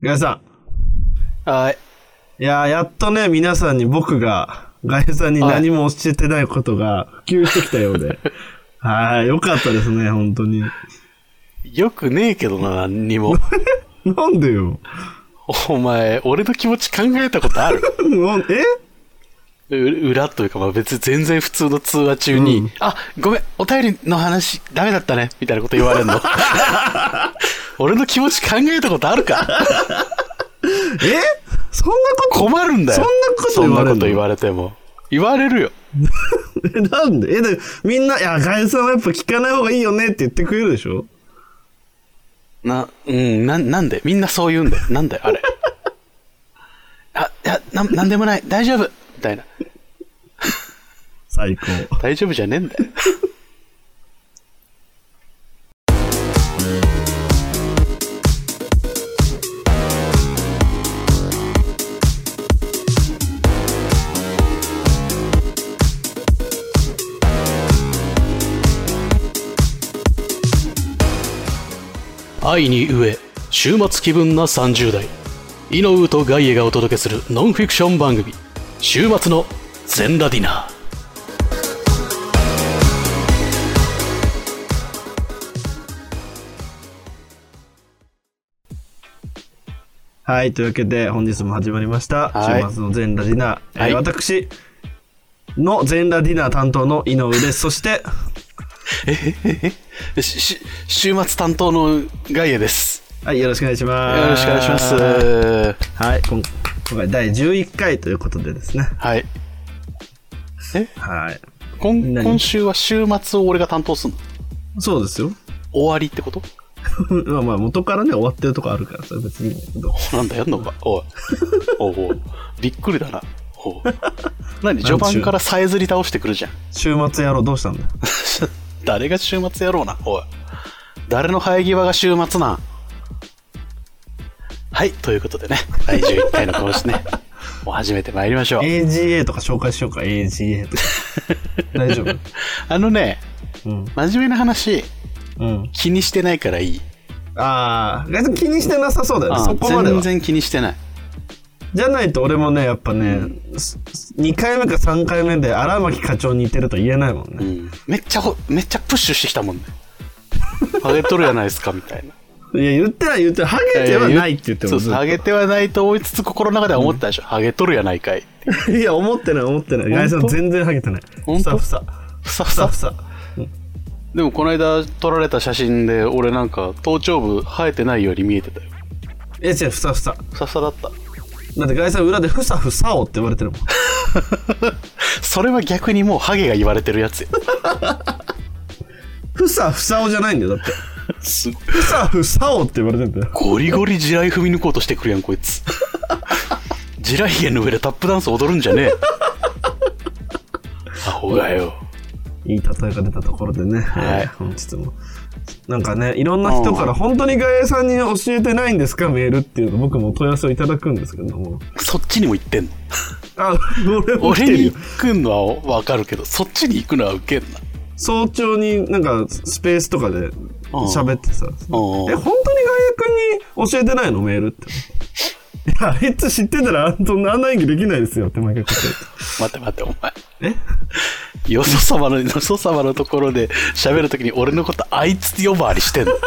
ガイさはい。 ん。やっとね、皆さんに僕が、ガイさんに何も教えてないことが普及してきたようで。はい、よかったですね、本当に。 よくねえけどな、何にも。 なんでよ。 お前、俺の気持ち考えたことある？裏というか、まあ別に全然普通の通話中に、あ、ごめん、お便りの話ダメだったね、みたいなこと言われるの。俺の気持ち考えたことあるか？ そんなこと困るんだよ。 そんなこと言われても。言われるよ。 なんででみんな、ガイさんはやっぱ聞かない方がいいよねって言ってくれるでしょ？ なんでみんなそう言うんだよ。なんだよ、あれ。なんでもない。大丈夫みたいな。 最高。 大丈夫じゃねえんだよ。愛に飢え、週末気分な30代。イノウとガイエがお届けするノンフィクション番組、週末の全裸ディナー。 はい、というわけで本日も始まりました、 はい、 週末の全裸ディナー、 はい、 私の全裸ディナー担当の井上です。そして週末担当のガイエです。 はい、よろしくお願いします。 よろしくお願いします。 はい、今回第11回ということでですね。 はい。 はい。 今週は週末を俺が担当するの？ そうですよ。 終わりってこと？ まあ元からね終わってるとこあるからさ、別になんだやんのか。おいびっくりだな。何序盤からさえずり倒してくるじゃん。 週末野郎どうしたんだよ。 誰が週末やろうな。おい、誰の生え際が週末なん？はい、ということでね、第11回の講師ね、もう始めてまいりましょう。 AGA とか紹介しようか。 AGA とか大丈夫？ 真面目な話、気にしてないからいい。 気にしてなさそうだよね。そこまでは全然気にしてない。 じゃないと俺もね、やっぱね、2回目か3回目で荒牧課長に似てると言えないもんね。 めっちゃプッシュしてきたもんね。ハゲとるやないですかみたいな。 いや、言ってない。ハゲてはないって言ってもそう、ハゲてはないと思いつつ心の中では思ったでしょ。ハゲとるやないかい。 いや、思ってない。ガイさん全然ハゲてない。ふさふさ。 でもこの間撮られた写真で俺なんか頭頂部生えてないように見えてたよ。 違う、ふさふさだった。だってガイさん裏でふさふさおって言われてるもん。 それは逆にもうハゲが言われてるやつよ。 ふさふさおじゃないんだよ、だって。ふさふさおって言われてんだよ。 ゴリゴリ地雷踏み抜こうとしてくるやんこいつ。地雷原の上でタップダンス踊るんじゃねえ。アホがよ。 いい例えが出たところでね、本日もなんかね、いろんな人から本当にガイさんに教えてないんですかメールっていうの僕もお問い合わせをいただくんですけども。 そっちにも行ってんの？ 俺に行くのは分かるけど、そっちに行くのはウケんな。 早朝になんかスペースとかで喋ってさ、本当にガイ君に教えてないのメールって。いや、あいつ知ってたらそんな演技できないですよって毎回待ってお前。よそ様のところで喋るときに俺のことあいつって呼ばわりしてんの？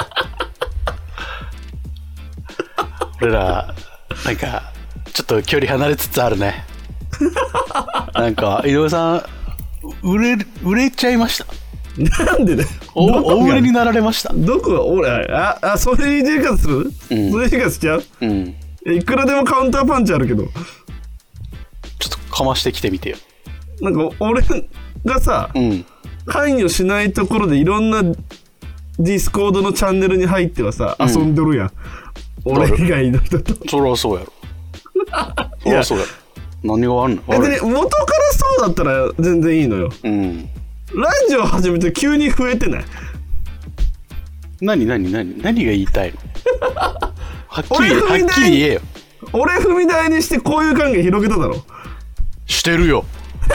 俺らなんかちょっと距離離れつつあるね。なんか井上さん売れちゃいました。 なんでだよ。 お売れになられました。 どこが俺それ言い方する？それ言い方しちゃう？いくらでもカウンターパンチあるけど、ちょっとかましてきてみてよ。 なんか俺がさ、関与しないところでいろんなディスコードのチャンネルに入ってはさ、遊んでるやん。俺以外の人と。 そりゃそうやろ。そりゃそうやろ。何が悪いの？ 別に元からそうだったら全然いいのよ。ラジオ始めて急に増えてない？何が言いたいの？はっきり言えよ。 俺踏み台にしてこういう関係広げただろ。 してるよ。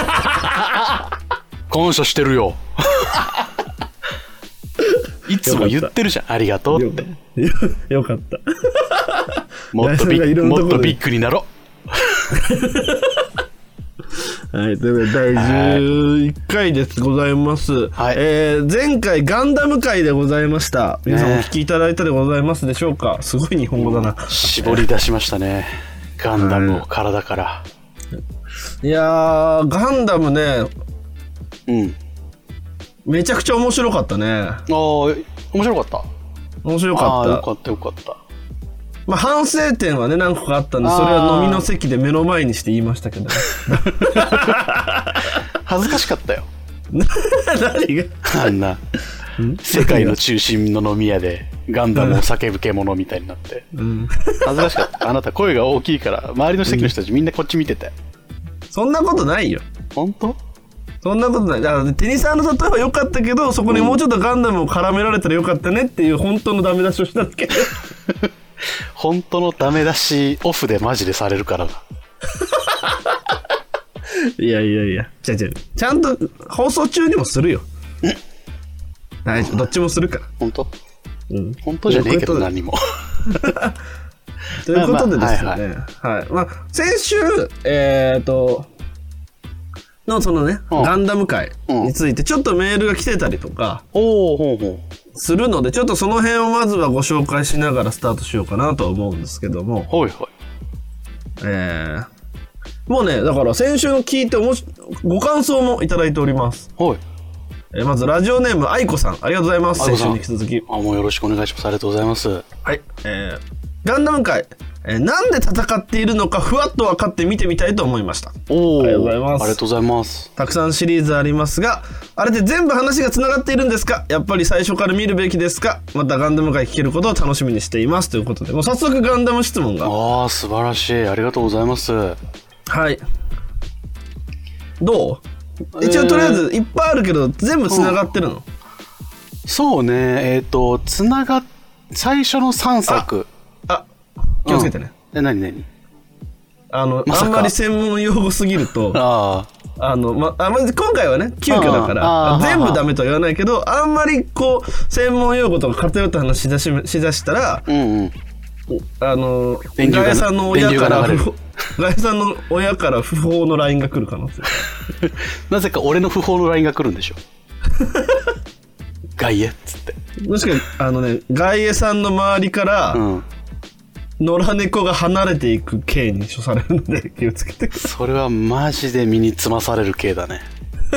感謝してるよ。いつも言ってるじゃん、ありがとうって。 よかった。 もっとビッグになろはい、ということで第11回ですございます、はい。前回ガンダム回でございました。皆さんお聞きいただいたでございますでしょうか。すごい日本語だな。 絞り出しましたね。ガンダムを体から。 いやー、ガンダムね、めちゃくちゃ面白かったね。 ああ、面白かった。 面白かった。 よかったよかった。 まあ反省点はね何個かあったんで、それは飲みの席で目の前にして言いましたけど。 恥ずかしかったよ。 何が？ あんな世界の中心の飲み屋でガンダムを叫ぶ獣みたいになって、恥ずかしかった。あなた声が大きいから周りの席の人たちみんなこっち見てて。 そんなことないよ。 本当？ そんなことない。だからテニサーの例えば良かったけど、そこにもうちょっとガンダムを絡められたらよかったねっていう本当のダメ出しをしただけ。 本当のダメ出しオフでマジでされるからな。 いやちゃんと放送中にもするよ。大丈夫、どっちもするから。 本当？本当じゃねえけど何も。 ということでですね、はい。まあ先週のそのね、ガンダム界についてちょっとメールが来てたりとかするので、ちょっとその辺をまずはご紹介しながらスタートしようかなと思うんですけども、もうね、だから先週の聞いてご感想もいただいております。まずラジオネームあいこさん、ありがとうございます。先週に引き続きもうよろしくお願いします。ありがとうございます。 はい。ガンダム界、なんで戦っているのかふわっと分かって見てみたいと思いました。ありがとうございます。 ありがとうございます。 たくさんシリーズありますが、あれで全部話がつながっているんですか？やっぱり最初から見るべきですか？またガンダム界聞けることを楽しみにしていますということで、もう早速ガンダム質問が。 素晴らしい。ありがとうございます。はい。 どう？一応とりあえずいっぱいあるけど全部つながってるの？ そうね。最初の3作。 気をつけてね。 何あんまり専門用語すぎると今回はね急遽だから全部ダメとは言わないけど、あんまりこう専門用語とか偏った話しだしたら、ガヤさんの親から不法の LINE が来る可能性なぜか俺の不法の LINE が来るんでしょ。ガイエっつって。 もしかガイエさんの周りから、野良猫が離れていく系に処されるので気をつけて。 それはマジで身につまされる系だね。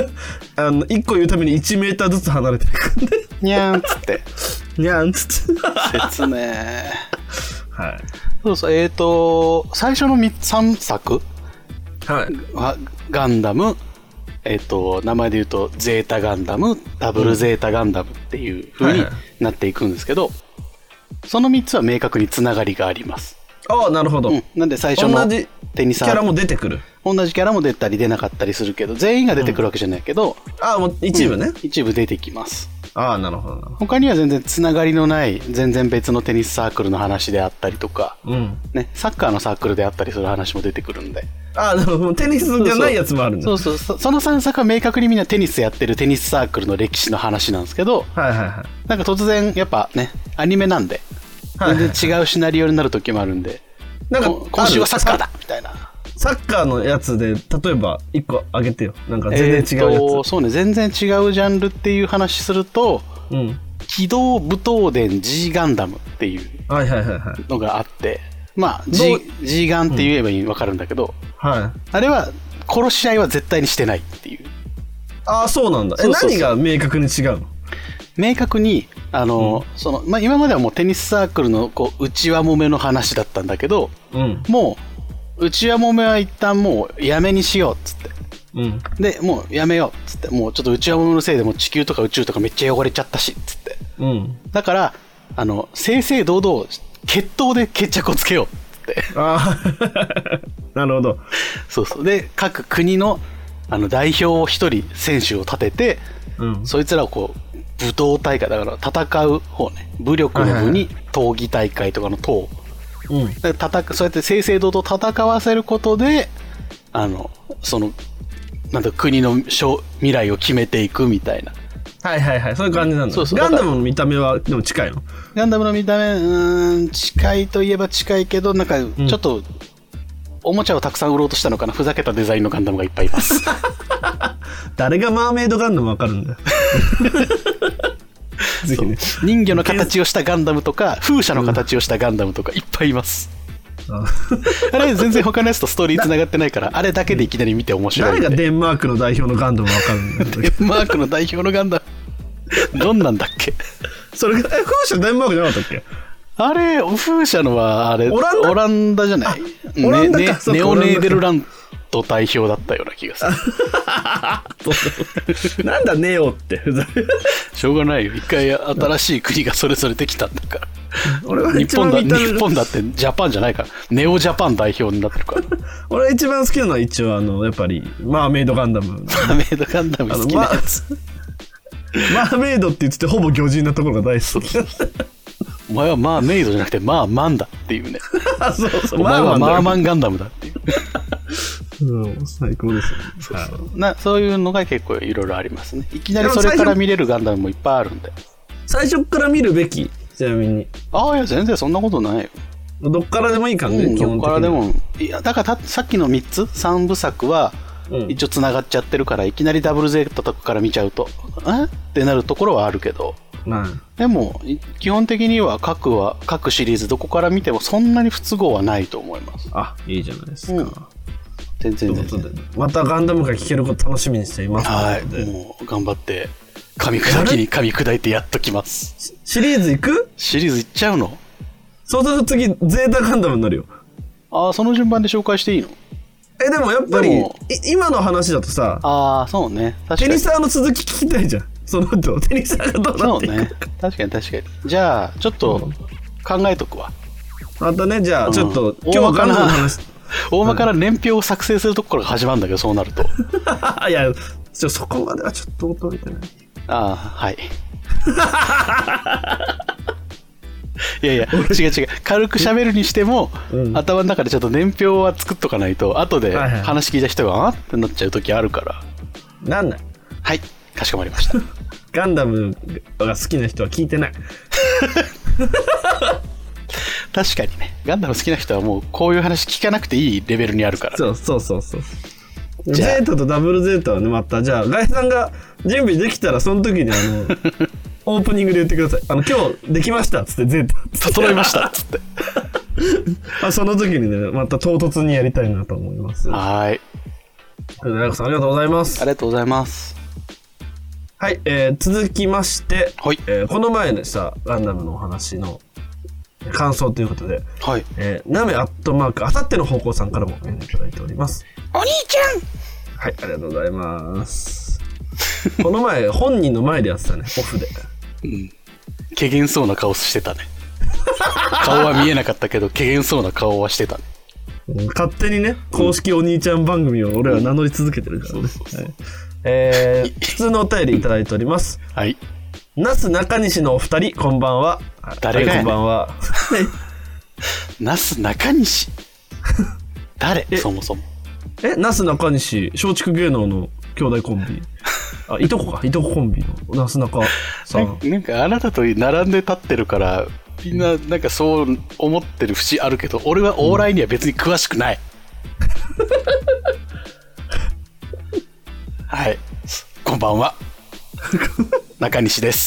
1個言うために1メーターずつ離れていくんで。 にゃーんっつって。 にゃーんっつって。 説明。 はい。 最初の3作、ガンダム、名前で言うとゼータガンダム、ダブルゼータガンダムっていう風になっていくんですけど、その3つは明確につながりがあります。 なるほど。 なんで最初のテニサーキャラも出てくる。 同じキャラも出たり出なかったりするけど、全員が出てくるわけじゃないけど、 もう一部ね。 一部出てきます。 なるほど。 他には全然つながりのない全然別のテニスサークルの話であったりとか、サッカーのサークルであったりする話も出てくるんで。 なるほど。テニスじゃないやつもあるんだ。 その3作は明確にみんなテニスやってるテニスサークルの歴史の話なんですけど、なんか突然やっぱね、アニメなんで全然違うシナリオになる時もあるんで、なんか今週はサッカーだみたいな。 サッカーのやつで例えば1個あげてよ。なんか全然違うやつ。 そうね、全然違うジャンルっていう話すると、機動武闘伝 G ガンダムっていうのがあって、まあ G ガンって言えば分かるんだけど、あれは殺し合いは絶対にしてないっていう。 そうなんだ。何が明確に違うの？ 明確に今まではもうテニスサークルのこう内輪もめの話だったんだけど、もう内輪もめは一旦もうやめにしようっつって、でもうやめようっつって、もうちょっと内輪もめのせいでもう地球とか宇宙とかめっちゃ汚れちゃったしっつって、だから正々堂々決闘で決着をつけようって。 なるほど。 そうで各国の代表を一人選手を立てて、そいつらをこう武闘大会だから戦う方ね、武力の部に闘技大会とかの闘、そうやって正々堂々戦わせることでそのなんだ国の未来を決めていくみたいなはいはいはい、そういう感じなんだ。そうガンダムの見た目はでも近いの？ ガンダムの見た目、近いといえば近いけど、なんかちょっと、おもちゃをたくさん売ろうとしたのかな、ふざけたデザインのガンダムがいっぱいいます。 誰がマーメイドガンダムわかるんだよ。 ぜひね、人魚の形をしたガンダムとか、風車の形をしたガンダムとかいっぱいいます。あれ全然他のやつとストーリー繋がってないから、あれだけでいきなり見て面白いんで。 誰がデンマークの代表のガンダムわかるんだよ。 デンマークの代表のガンダムどんなんだっけ？ それ風車デンマークじゃなかったっけ？ あれ風車のはあれオランダじゃない？ オランダか、 ネオネーデルラント代表だったような気がする。なんだネオってしょうがないよ、一回新しい国がそれぞれできたんだから。 俺は日本だってジャパンじゃないから、ネオジャパン代表になってるから。 俺が一番好きなのは一応やっぱりマーメイドガンダム。 マーメイドガンダム好きなやつ。 マーメイドって言っててほぼ魚人なところが大好き。 お前はマーメイドじゃなくてマーマンだっていうね。 そうそう、 お前はマーマンガンダムだっていう。 最高ですよね。そういうのが結構いろいろありますね。いきなりそれから見れるガンダムもいっぱいあるんで。 最初から見るべき、ちなみに。 いや全然そんなことないよ。 どっからでもいい感じ、 どっからでも。いやだからさっきの3部作は一応つながっちゃってるから、いきなりダブルゼータとかから見ちゃうとってなるところはあるけど、でも基本的には各シリーズどこから見てもそんなに不都合はないと思います。 いいじゃないですか。 全然またガンダムが聞けること楽しみにしていますので、 もう頑張って噛み砕いてやっときます。 シリーズ行く？ シリーズ行っちゃうの？ そうすると次ゼータガンダムになるよ。 その順番で紹介していいの？ でもやっぱり今の話だとさ、 そうね、確かにテニサーの続き聞きたいじゃん。その後テニサーがどうなっていくか。 そうね、確かに。じゃあちょっと考えとくわ。 またね、じゃあちょっと今日はガンダムの話、 大間から年表を作成するとこから始まるんだけど、そうなるといやそこまではちょっと求めてない。 はい。いや違う、軽く喋るにしても、頭の中でちょっと年表は作っとかないと、後で話聞いた人がってなっちゃう時あるから。 なんだ。 はい、かしこまりました。 ガンダムが好きな人は聞いてない。 確かにね、ガンダム好きな人はもうこういう話聞かなくていいレベルにあるから、ね。 そう。ゼータとダブルゼータはね、またじゃあガイさんが準備できたらその時にオープニングで言ってください。今日できましたっつってゼータ整いましたっつって。 その時にね、また唐突にやりたいなと思います。 はい。 ライコさんありがとうございます。 ありがとうございます。 はい、続きまして、 はい。 この前でさガンダムのお話の感想ということで、 はい。 なめあさっての方向さんからもメールいただいております。 お兄ちゃん。 はい、ありがとうございます。この前本人の前でやってたね、オフで。 怪げそうな顔してたね。顔は見えなかったけど怪げそうな顔はしてたね。 勝手にね、公式お兄ちゃん番組を俺は名乗り続けてるからね。普通のお便りいただいております。 はい。 なすなかにしのお二人、こんばんは。 誰がやねん。 こんばんは。 なすなかにし誰？そもそも。 なすなかにし、松竹芸能の兄弟コンビ。いとこコンビのなすなかさん。 なんかあなたと並んで立ってるからみんななんかそう思ってる節あるけど、俺は往来には別に詳しくない。はい、こんばんは。中西です。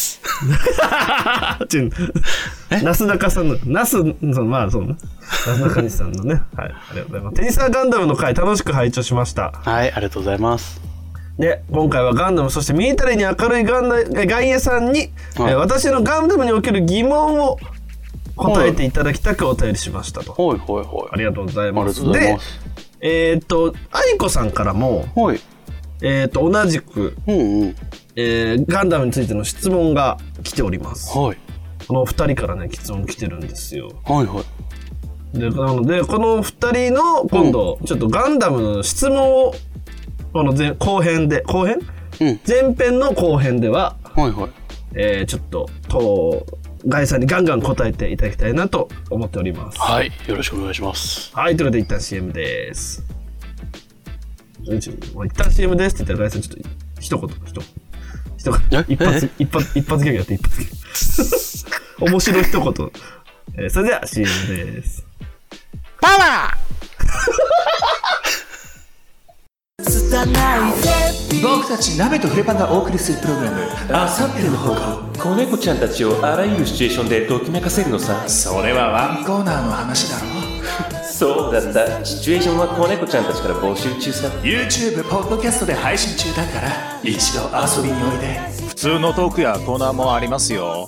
なすなかさんのなすまあそうね、なすなかにしさんのね、はい、ありがとうございます。テニサーガンダムの回楽しく拝聴しました。 はい、ありがとうございます。 で今回はガンダム、そしてミリタリーに明るいガイエさんに、私のガンダムにおける疑問を答えていただきたくお便りしましたと。ありがとうございます。で愛子さんからも、同じく、ガンダムについての質問が来ております。この2人からね質問来てるんですよ。でなのでこの2人の今度ちょっとガンダムの質問をこの前編の後編では、ちょっとガイさんにガンガン答えていただきたいなと思っております。 はい、よろしくお願いします。 はい、ということで一旦 CM です。一旦 CM ですって言ったらガイさんちょっと一一言。一発ギャグやって、一発ギャグ。面白い一言。それでは CM です。 パワー僕たち鍋とフレパンがお送りするプログラム、あさっての方向。子猫ちゃんたちをあらゆるシチュエーションでときめかせるのさ。それはワンコーナーの話だろ。そうだった。シチュエーションは子猫ちゃんたちから募集中さ。 YouTube、ポッドキャストで配信中だから一度遊びにおいで。 普通のトークやコーナーもありますよ。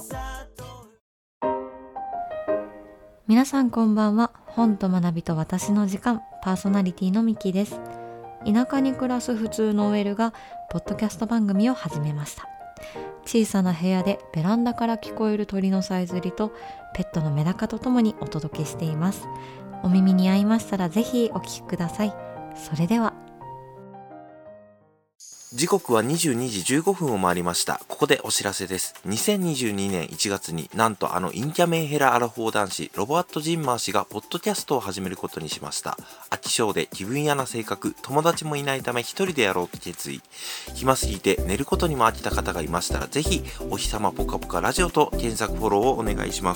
皆さんこんばんは。本と学びと私の時間、パーソナリティのミキです。田舎に暮らす普通の OL がポッドキャスト番組を始めました。小さな部屋でベランダから聞こえる鳥のさえずりとペットのメダカとともにお届けしています。お耳に合いましたらぜひお聞きください。それでは。 時刻は22時15分を回りました。ここでお知らせです。2022年1月になんと陰キャメンヘラアラフォー男子ロバート・ジンマー氏がポッドキャストを始めることにしました。飽き性で気分屋な性格、友達もいないため一人でやろうと決意。暇すぎて寝ることにも飽きた方がいましたらぜひお日様ぽかぽかラジオと検索フォローをお願いします。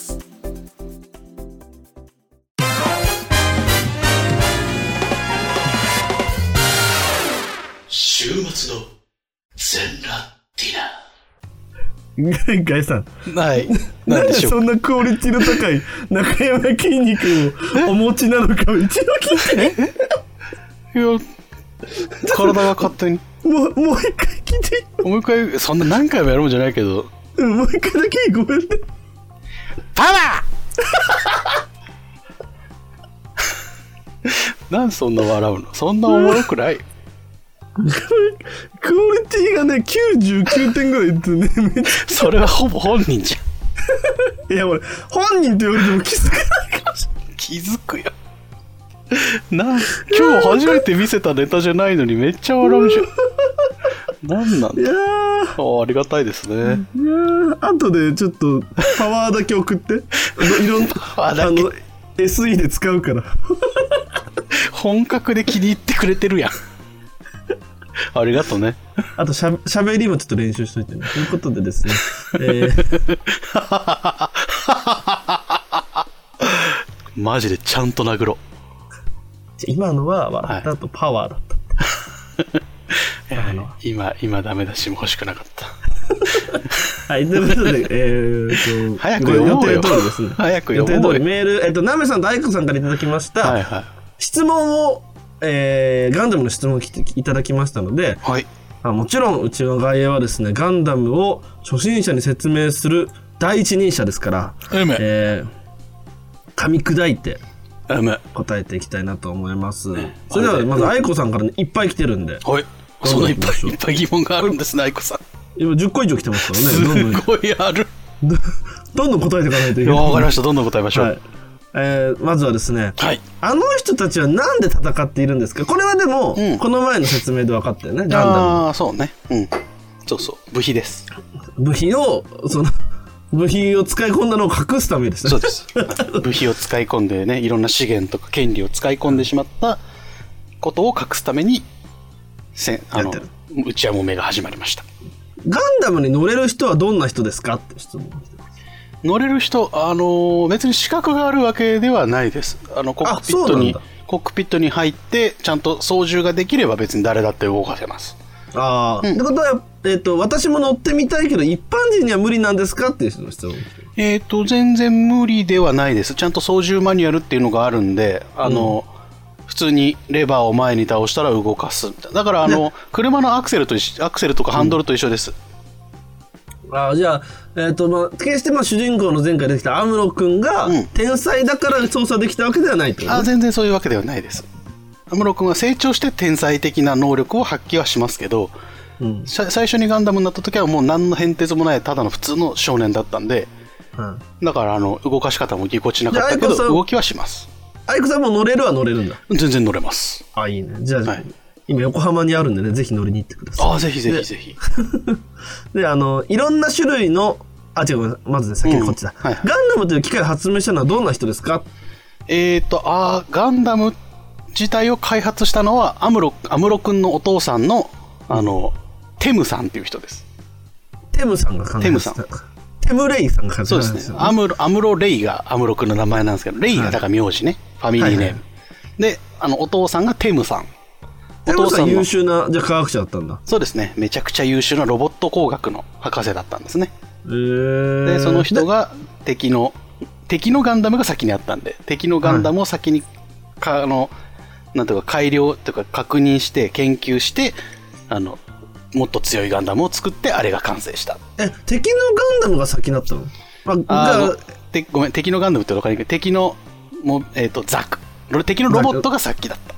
週末の全裸ディナー。ガイさん。 はい。なんでしょう。 そんなクオリティの高い中山筋肉をお持ちなのか一度聞いて。 いや、体が勝手に。 もう一回聞いて。 もう一回、そんな何回もやるもんじゃないけど。 もう一回だけごめんね。 パワーなんでそんな笑うの？そんなおもろくない。 クオリティがね99点ぐらいいってね。 それはほぼ本人じゃん。いや俺本人と言われても気づかないかもしれない。 気づくよ。今日初めて見せたネタじゃないのにめっちゃ笑うじゃん。なんなんだ。 いやありがたいですね。 いや後でちょっとパワーだけ送って。いろんなSE で使うから。 本格で気に入ってくれてるやん。ありがとうね。 あとしゃべりもちょっと練習しといてね。ということでですね。 マジでちゃんと殴ろう。 今のは笑った後パワーだった。 今ダメ出しも欲しくなかった。 はい、ということで、 早く読もうよ。 予定通りですね。 早く読もうよ。 メール、ナメさんとアイコさんからいただきました。 はいはい。 質問を、ガンダムの質問をいただきましたので、 はい。 もちろんうちの外野はですね、ガンダムを初心者に説明する第一人者ですから、噛み砕いて答えていきたいなと思います。それではまずアイコさんから、ね、いっぱい来てるんで、 はい。そんないっぱい疑問があるんですね、アイコさん。 今10個以上来てますからね。 すごいある。 どんどん答えていかないといけない。 わかりました。どんどん答えましょう。はい。 まずはですね、 はい、 あの人たちはなんで戦っているんですか。これはでも、この前の説明で分かったよね。ガンダム。 ああ、そうね。そうそう。部費です。 部費を使い込んだのを隠すためですね。 そうです。部費を使い込んでね、いろんな資源とか権利を使い込んでしまったことを隠すために、うちわもめが始まりました。 ガンダムに乗れる人はどんな人ですかって質問。 乗れる人、別に資格があるわけではないです。コックピットに入ってちゃんと操縦ができれば別に誰だって動かせます。 ってことは、私も乗ってみたいけど一般人には無理なんですかっていう人の質問。 全然無理ではないです。ちゃんと操縦マニュアルっていうのがあるんで、普通にレバーを前に倒したら動かす。だから車のアクセルとかハンドルと一緒です。 じゃあ、決して主人公の前回できたアムロ君が、天才だから操作できたわけではないってこと、ね、 全然そういうわけではないです。アムロ君は成長して天才的な能力を発揮はしますけど、最初にガンダムになった時はもう何の変哲もないただの普通の少年だったんで、だから動かし方もぎこちなかったけど動きはします。 アイコさんも乗れるんだ。 全然乗れます。 いいね。じゃあ、今横浜にあるんでね、ぜひ乗りに行ってください。 ぜひぜひぜひ。 で、いろんな種類の、まずね、先にこっちだ。ガンダムという機械を発明したのはどんな人ですか？ ガンダム自体を開発したのはアムロ君のお父さんの、テムさんっていう人です。 テムさんが考えた。 テムさん。 テムレイさんが考えた。 そうですね。アムロレイがアムロ君の名前なんですけど、レイがだから名字ね。ファミリーネーム。はいはい、で、お父さんがテムさん。 テムさん優秀なじゃあ科学者だったんだ。 そうですね。めちゃくちゃ優秀なロボット工学の博士だったんですね。で、その人が敵のガンダムが先にあったんで、敵のガンダムを先に、なんとか改良というか確認して研究して、もっと強いガンダムを作ってあれが完成した。 敵のガンダムが先だったの？ ごめん、敵のガンダムって分かりにくい。敵のザク。敵のロボットが先だった。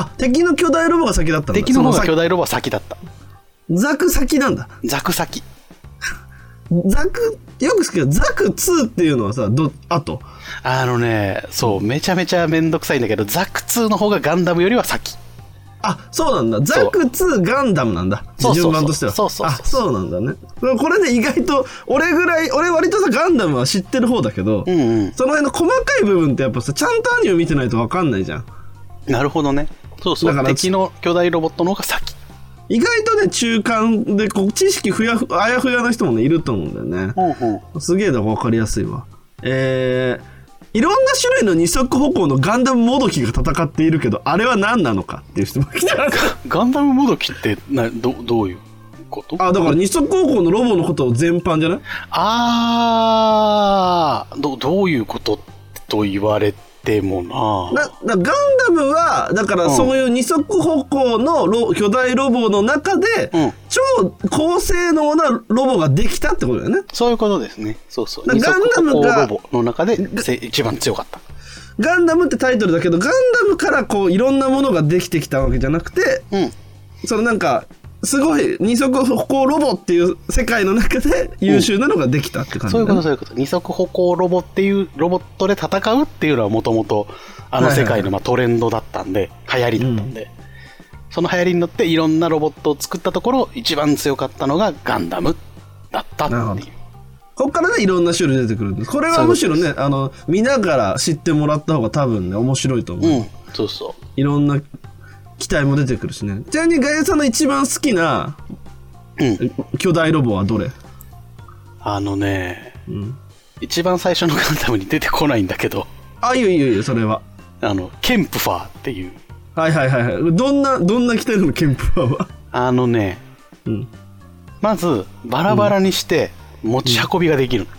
敵の巨大ロボが先だったんだ。 敵の方が巨大ロボは先だった。 ザク先なんだ。 ザク先。 ザク、よく聞くけど、ザク2っていうのはさ、後？ そう、めちゃめちゃめんどくさいんだけど、ザク2の方がガンダムよりは先。 そうなんだ。ザク2ガンダムなんだ。順番としては。そうなんだね。これで意外と、俺割とさ、ガンダムは知ってる方だけど、その辺の細かい部分ってやっぱさ、ちゃんとアニメ見てないと分かんないじゃん。 なるほどね。そう。だから敵の巨大ロボットの方が先。 意外とね、中間で知識あやふやな人もねいると思うんだよね。すげえ分かりやすいわ。いろんな種類の二足歩行のガンダムもどきが戦っているけど、あれは何なのかっていう人も来てます。 ガンダムもどきってどういうこと？ だから二足歩行のロボのことを全般じゃない？ どういうことと言われてもな。 ガンダムはだからそういう二足歩行の巨大ロボの中で、超高性能なロボができたってことだよね。 そういうことですね。そう。 ガンダムがロボの中で一番強かった。 ガンダムってタイトルだけど、ガンダムからこういろんなものができてきたわけじゃなくて、そのなんかすごい二足歩行ロボっていう世界の中で優秀なのができたって感じ、ね、 そういうこと。二足歩行ロボっていうロボットで戦うっていうのはもともと世界のトレンドだったんで、流行りだったんで、その流行りに乗っていろんなロボットを作ったところ、一番強かったのがガンダムだったっていう。 ここからねいろんな種類出てくるんです。これはむしろね見ながら知ってもらった方が多分ね面白いと思う。 そう。 いろんな機体も出てくるしね。ちなみにガイさんの一番好きな、巨大ロボはどれ？ 一番最初のガンダムに出てこないんだけど。 いいよそれは。 ケンプファーっていう。 はい。どんな機体なのケンプファーは？ まずバラバラにして持ち運びができる。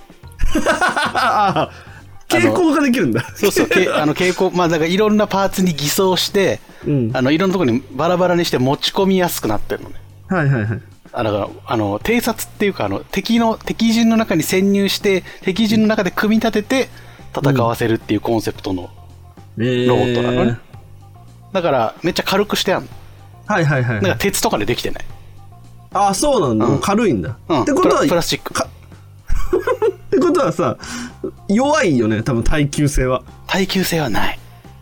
蛍光ができるんだ。 そう蛍光、だからいろんなパーツに偽装して、いろんなところにバラバラにして持ち込みやすくなってるのね。 はい。 だから偵察っていうか敵陣の中に潜入して敵陣の中で組み立てて戦わせるっていうコンセプトのロボットなのね。だからめっちゃ軽くしてあるの。はい。なんか鉄とかでできてない。 そうなんだ。軽いんだ。ってことはプラスチック。 ってことはさ、弱いよね多分耐久性はない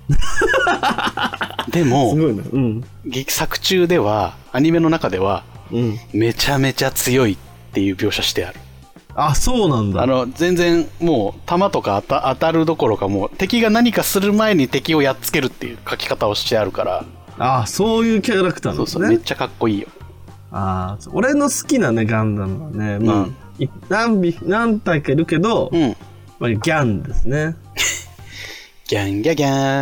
でもすごいな、 作中ではアニメの中では、めちゃめちゃ強いっていう描写してある。 そうなんだ。 全然もう弾とか当たるどころか、もう敵が何かする前に敵をやっつけるっていう書き方をしてあるから。 そういうキャラクターなんですね。 そうめっちゃかっこいいよ。 俺の好きなねガンダムはね、何体かいるけど、ギャンですね。 ギャン。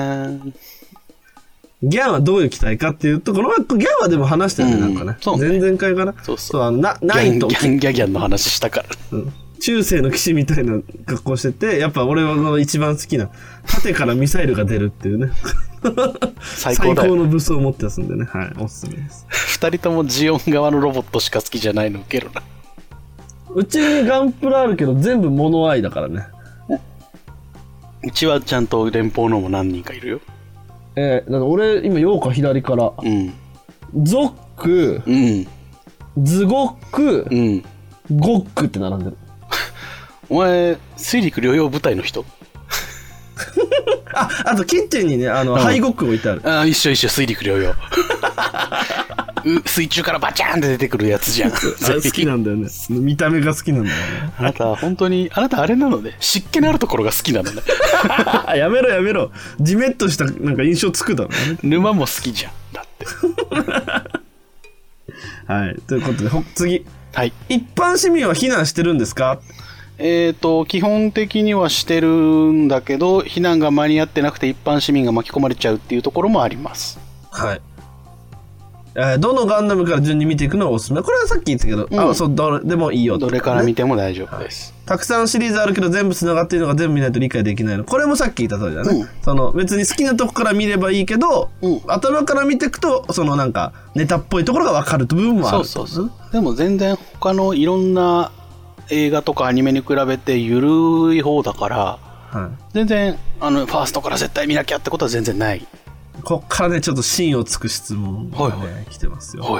ギャンはどういう機体かっていうと、この前ギャンはでも話したよね、なんかね。前々回かな。ナイト。 ギャンの話したから。 中世の騎士みたいな格好してて、やっぱ俺の一番好きな、盾からミサイルが出るっていうね。最高の武装を持ってますんでね。おすすめです。 二人ともジオン側のロボットしか好きじゃないのウケるな。 うちにガンプラあるけど全部物愛だからね。 うちはちゃんと連邦のも何人かいるよ。 だから俺今ヨーカ左から、ゾック、ズゴック、ゴックって並んでる。 お前水陸両用部隊の人？ あとキッチンにねハイゴック置いてある。 一緒水陸両用。水中からバチャーンって出てくるやつじゃん。 好きなんだよね。見た目が好きなんだよね。 あなた本当にあれなので湿気のあるところが好きなのね。 やめろ。ジメッとしたなんか印象つくだろうね。 沼も好きじゃんだって。 はい、ということで次はい。 一般市民は避難してるんですか？ 基本的にはしてるんだけど、避難が間に合ってなくて一般市民が巻き込まれちゃうっていうところもあります。 はい。どのガンダムから順に見ていくのがおすすめ。これはさっき言ったけど、どれでもいいよ、 どれから見ても大丈夫です。 たくさんシリーズあるけど全部繋がっているのが全部見ないと理解できないの。これもさっき言った通りだね。別に好きなとこから見ればいいけど、頭から見ていくと、なんか、ネタっぽいところが分かる部分もある。 そう。でも全然他のいろんな映画とかアニメに比べて緩い方だから、全然、ファーストから絶対見なきゃってことは全然ない。 こっからね、ちょっと芯をつく質問がね、来てますよ。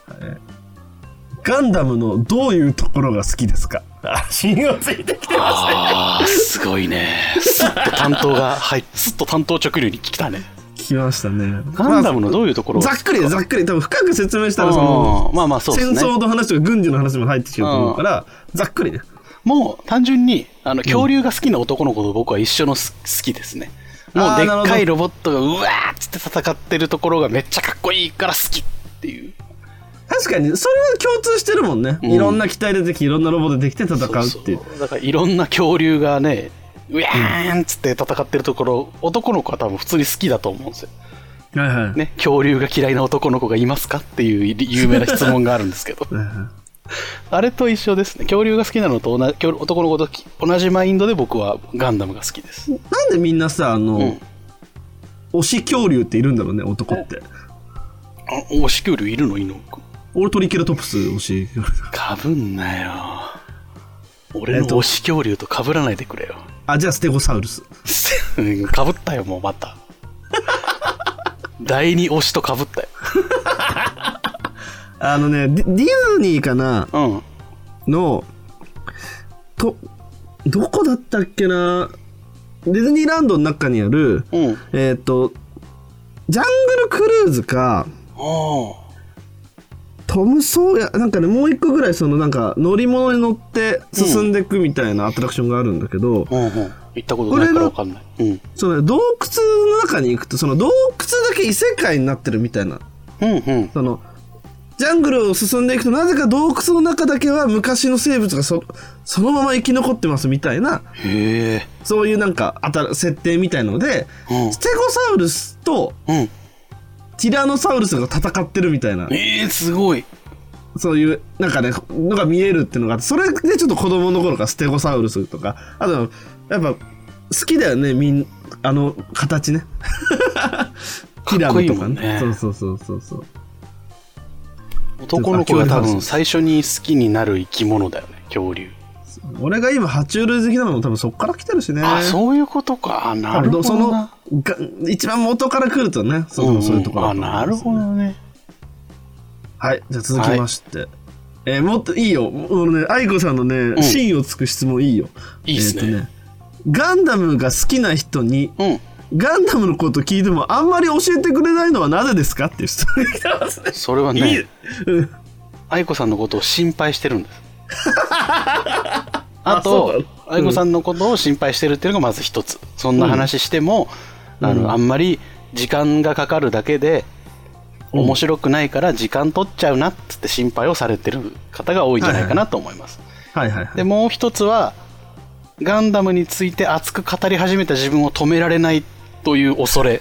ガンダムのどういうところが好きですか？芯をついてきてますね。 すごいね。すっと担当直入に来たね。 来ましたね。 ガンダムのどういうところがざっくり、多分深く説明したら、 そうですね、 戦争の話とか軍事の話も入ってきてると思うから、ざっくりね。 もう単純に、恐竜が好きな男の子と僕は一緒の好きですね。もうでっかいロボットがうわーっつって戦ってるところがめっちゃかっこいいから好きっていう。 確かにそれは共通してるもんね。いろんな機体出てきていろんなロボ出てきて戦うっていう。 だからいろんな恐竜がねうやーんっつって戦ってるところ、男の子は多分普通に好きだと思うんですよ。ね、恐竜が嫌いな男の子がいますかっていう有名な質問があるんですけどあれと一緒ですね。恐竜が好きなのと男の子と同じマインドで僕はガンダムが好きです。 なんでみんなさ推し恐竜っているんだろうね、男って。 推し恐竜いるの？いいの？ 俺トリケラトプス推し。 かぶんなよ。俺の推し恐竜とかぶらないでくれよ。 じゃあステゴサウルス。 かぶったよ、もうまた。第二推しとかぶったよ。 ディズニーかな、のどこだったっけな、ディズニーランドの中にある、ジャングルクルーズか、トムソーヤなんかね、もう一個ぐらいなんか乗り物に乗って進んでいくみたいなアトラクションがあるんだけど、 行ったことないから分かんない。 洞窟の中に行くと、洞窟だけ異世界になってるみたいな。ジャングルを進んでいくと、なぜか洞窟の中だけは昔の生物がそのまま生き残ってますみたいな、そういうなんか設定みたいので、ステゴサウルスとティラノサウルスが戦ってるみたいな、 すごい、 そういうなんかねのが見えるっていうのがあって、それでちょっと子供の頃からステゴサウルスとか、あとやっぱ好きだよね、形ね。ティラノとかね。そう男の子が多分最初に好きになる生き物だよね、恐竜。 俺が今爬虫類好きなのも多分そっから来てるしね。 そういうことか。なるほどな。 一番元から来るとね、そういうところ、 なるほどね。 はい、じゃあ続きまして、もっといいよ、愛子さんのね、芯をつく質問いいよ。 いいっすね。 ガンダムが好きな人に、ガンダムのこと聞いてもあんまり教えてくれないのはなぜですかっていう質問が来てますね。 それはね、愛子さんのことを心配してるんです。あと、愛子さんのことを心配してるっていうのがまず一つ。そんな話しても、あんまり時間がかかるだけで面白くないから時間取っちゃうなっつって心配をされてる方が多いんじゃないかなと思います。で、もう一つは、ガンダムについて熱く語り始めた自分を止められないという恐れ。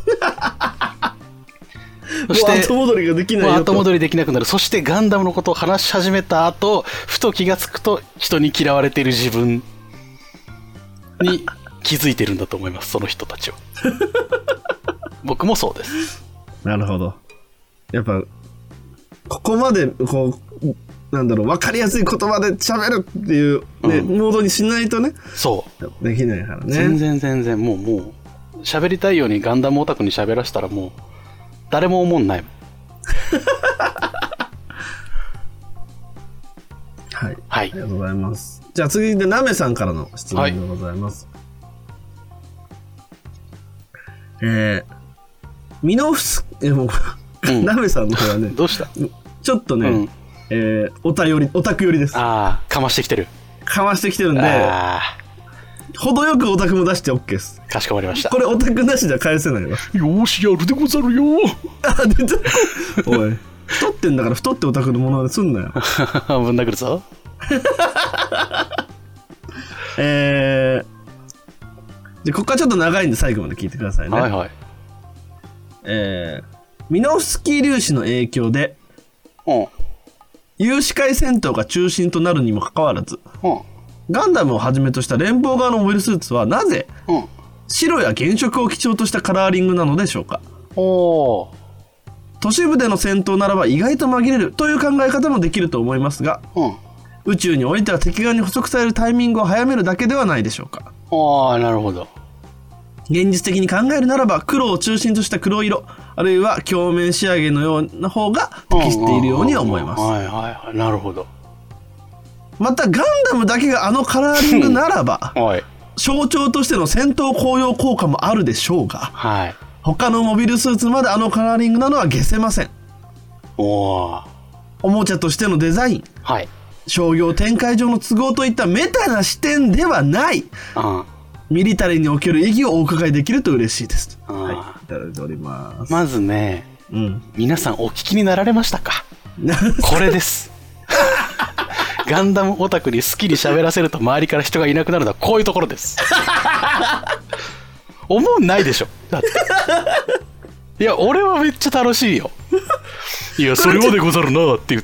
そして後戻りができないよと。 後戻りできなくなる。そしてガンダムのことを話し始めた後、ふと気がつくと人に嫌われている自分に気づいてるんだと思います、その人たちは。僕もそうです。 なるほど。やっぱここまで分かりやすい言葉で喋るっていうね、モードにしないとね、そうできないからね。 全然もう喋りたいようにガンダムオタクに喋らせたらもう誰も思んないもん。 はい、ありがとうございます。じゃあ次でナメさんからの質問でございます。ミノフスナメさんの方はね、 どうした？ ちょっとね、オタク寄りです。 かましてきてるんで、 程よくオタクも出して OK です。 かしこまりました。 これオタクなしじゃ返せないわ。 よーし、やるでござるよ。 出た。おい、 太ってんだから太ってオタクのものですんなよ。 ぶん殴るぞ。 でここからちょっと長いんで最後まで聞いてくださいね。 はいはい。 ミノフスキー粒子の影響で、有視界戦闘が中心となるにもかかわらず、ガンダムをはじめとした連邦側のモビルスーツはなぜ、白や原色を基調としたカラーリングなのでしょうか。都市部での戦闘ならば意外と紛れるという考え方もできると思いますが、宇宙においては敵側に捕捉されるタイミングを早めるだけではないでしょうか。 なるほど。 現実的に考えるならば黒を中心とした黒色、あるいは鏡面仕上げのような方が適しているように思います。 なるほど。 またガンダムだけがあのカラーリングならば象徴としての戦闘高揚効果もあるでしょうが、他のモビルスーツまであのカラーリングなのは消せません。おもちゃとしてのデザイン、商業展開上の都合といったメタな視点ではない、ミリタリーにおける意義をお伺いできると嬉しいです。いただいております。 まずね、皆さんお聞きになられましたか？これです。ガンダムオタクに好きに喋らせると周りから人がいなくなるのはこういうところです。思うんないでしょ。だっていや俺はめっちゃ楽しいよ。いやそれはでござるなって言って、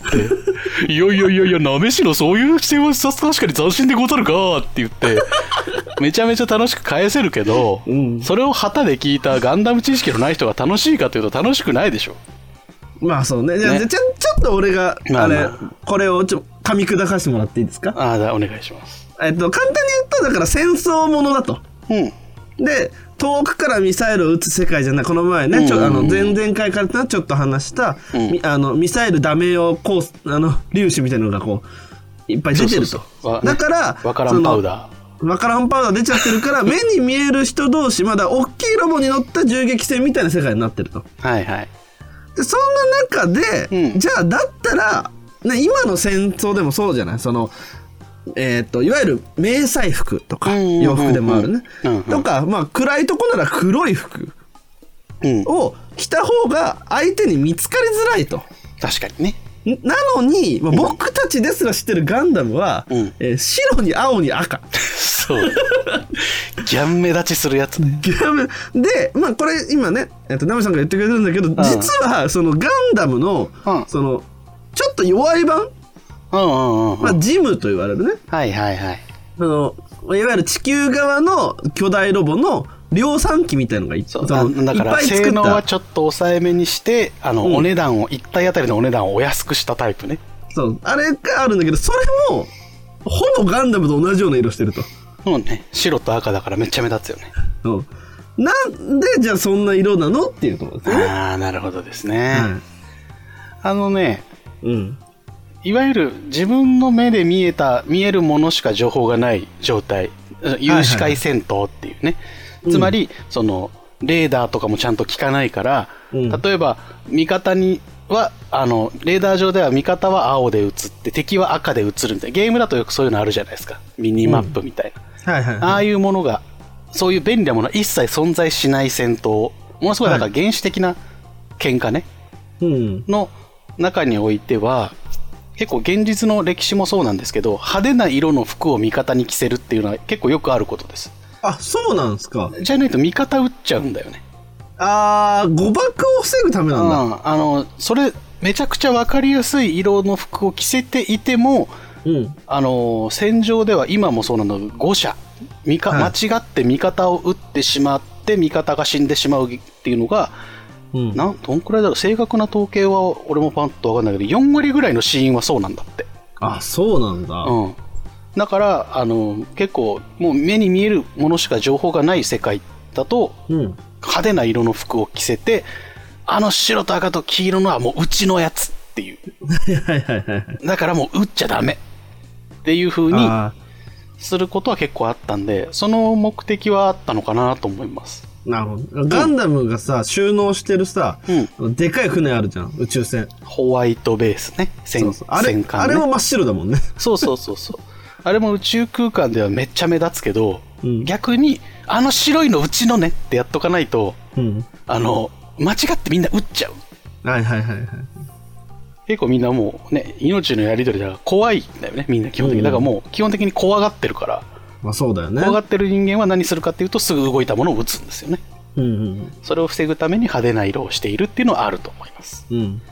いやなめしろそういう視点は確かに斬新でござるかって言ってめちゃめちゃ楽しく返せるけど、それを旗で聞いたガンダム知識のない人が楽しいかというと楽しくないでしょ。 まあそうね。じゃあちょっと俺がこれを噛み砕かしてもらっていいですか？ お願いします。 簡単に言ったらだから戦争ものだと。で遠くからミサイルを撃つ世界じゃない。この前ね、前々回からちょっと話した、ミサイルダメ用粒子みたいなのがこういっぱい出てると。だからわからんパウダー出ちゃってるから目に見える人同士まだ大きいロボに乗った銃撃戦みたいな世界になってると。でそんな中で、じゃあだったら、ね、今の戦争でもそうじゃない。いわゆる迷彩服とか洋服でもあるね、とか、まあ、暗いとこなら黒い服を着た方が相手に見つかりづらいと。 確かにね。 なのに、僕たちですら知ってるガンダムは、白に青に赤。 そうギャン目立ちするやつね。 で、まあこれ今ね、ナミさんが言ってくれてるんだけど、実はそのガンダムの、そのちょっと弱い版、ジムと言われるね。いわゆる地球側の巨大ロボの量産機みたいのがいっぱい作った。 だから性能はちょっと抑えめにしてお値段を1体あたりのお値段をお安くしたタイプね。 そうあれがあるんだけど、それもほぼガンダムと同じような色してると。 そうね、白と赤だからめっちゃ目立つよね。 なんでじゃあそんな色なのっていうところですね。 なるほどですね。いわゆる自分の目で見えるものしか情報がない状態、有視界戦闘っていうね。つまりそのレーダーとかもちゃんと効かないから、例えば味方にはレーダー上では味方は青で映って敵は赤で映るみたいな。ゲームだとよくそういうのあるじゃないですか。ミニマップみたいな、ああいうものが、そういう便利なものは一切存在しない戦闘、ものすごいだから原始的な喧嘩ね、の中においては結構現実の歴史もそうなんですけど、派手な色の服を味方に着せるっていうのは結構よくあることです。 そうなんですか。 じゃないと味方撃っちゃうんだよね。 誤爆を防ぐためなんだ。 それめちゃくちゃ分かりやすい色の服を着せていても、戦場では今もそうなの、誤射、間違って味方を撃ってしまって味方が死んでしまうっていうのが、どんくらいだろう、正確な統計は俺もパンと分かんないけど4割ぐらいの死因はそうなんだって。 そうなんだ。 だから結構もう目に見えるものしか情報がない世界だと、派手な色の服を着せて、白と赤と黄色のはもううちのやつっていうだからもう撃っちゃダメっていう風にすることは結構あったんで、その目的はあったのかなと思います。 なるほど。ガンダムがさ、収納してるさ、でかい船あるじゃん、宇宙船。 ホワイトベースね、戦艦ね。 あれも真っ白だもんね。 そうあれも宇宙空間ではめっちゃ目立つけど、逆に白いのうちのねってやっとかないと、間違ってみんな撃っちゃう。 結構みんなもうね、命のやり取りだから怖いんだよね、みんな基本的に。だからもう基本的に怖がってるから。 まあそうだよね。 怖がってる人間は何するかっていうと、すぐ動いたものを撃つんですよね。それを防ぐために派手な色をしているっていうのはあると思います。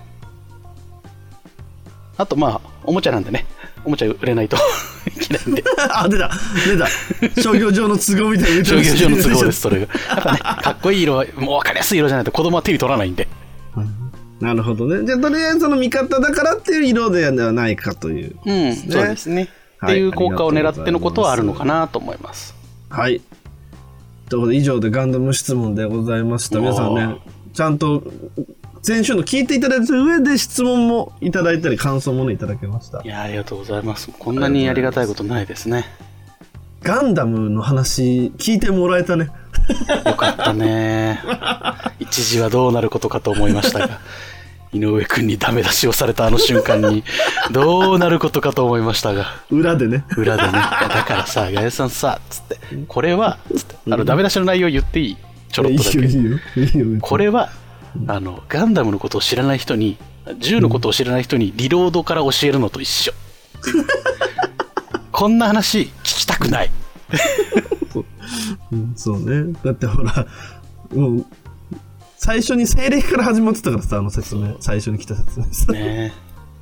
あとまあ、おもちゃなんでね、おもちゃ売れないといけないんで。 あ、出た商業上の都合みたいな。 商業上の都合です、それが。やっぱね、かっこいい色は、もう分かりやすい色じゃないと子供は手に取らないんで。 なるほどね。じゃあとりあえずその味方だからっていう色ではないかという、 ね。そうですね。っていう効果を狙ってのことはあるのかなと思います。 はい。ということで以上でガンダム質問でございました。皆さんね、ちゃんと前週の聞いていただいた上で質問もいただいたり感想もねいただけました。 いや、ありがとうございます。こんなにありがたいことないですね。 ガンダムの話聞いてもらえたね。 よかったね。一時はどうなることかと思いましたが、井上くんにダメ出しをされたあの瞬間にどうなることかと思いましたが、 裏でね。 だからさ、ガヤさんさつって、これはつってダメ出しの内容言っていい？ちょろっとだけ。いいよこれはガンダムのことを知らない人に、銃のことを知らない人にリロードから教えるのと一緒。こんな話聞きたくない。 そうね。だってほら、もう最初に西暦から始まってたからさ、あの説明、最初に来た説明さ。ね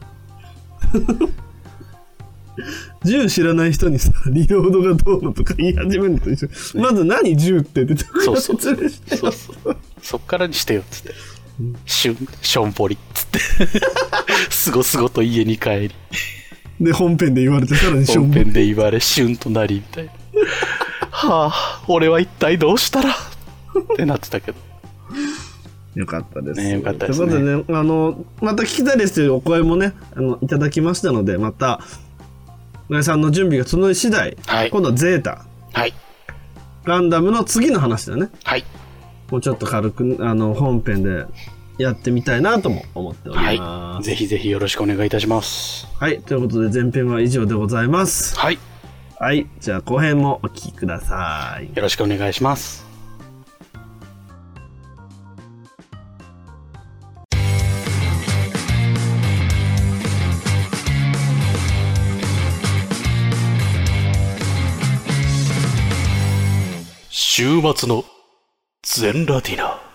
銃知らない人にさ、リロードがどうのとか言い始めるのと一緒。ね、まず何銃って出てくる説明して。 そっからにしてよっつって。しょんぽりっつって。すごすごと家に帰り。 で、本編で言われてさらにしょんぽり。本編で言われ、シュンとなりみたいな。はあ、俺は一体どうしたらってなってたけど。 よかったです。 ね、よかったですね。 ということでね、また聞きたいですというお声もね、いただきましたので、また、村井さんの準備が整い次第、はい、今度はゼータ。 はい。 ガンダムの次の話だね。 はい。 もうちょっと軽く、本編でやってみたいなとも思っております。 はい。ぜひぜひよろしくお願いいたします。 はい。ということで前編は以上でございます。 はい。 はい。じゃあ後編もお聞きください。 よろしくお願いします。週末の全ラディナー。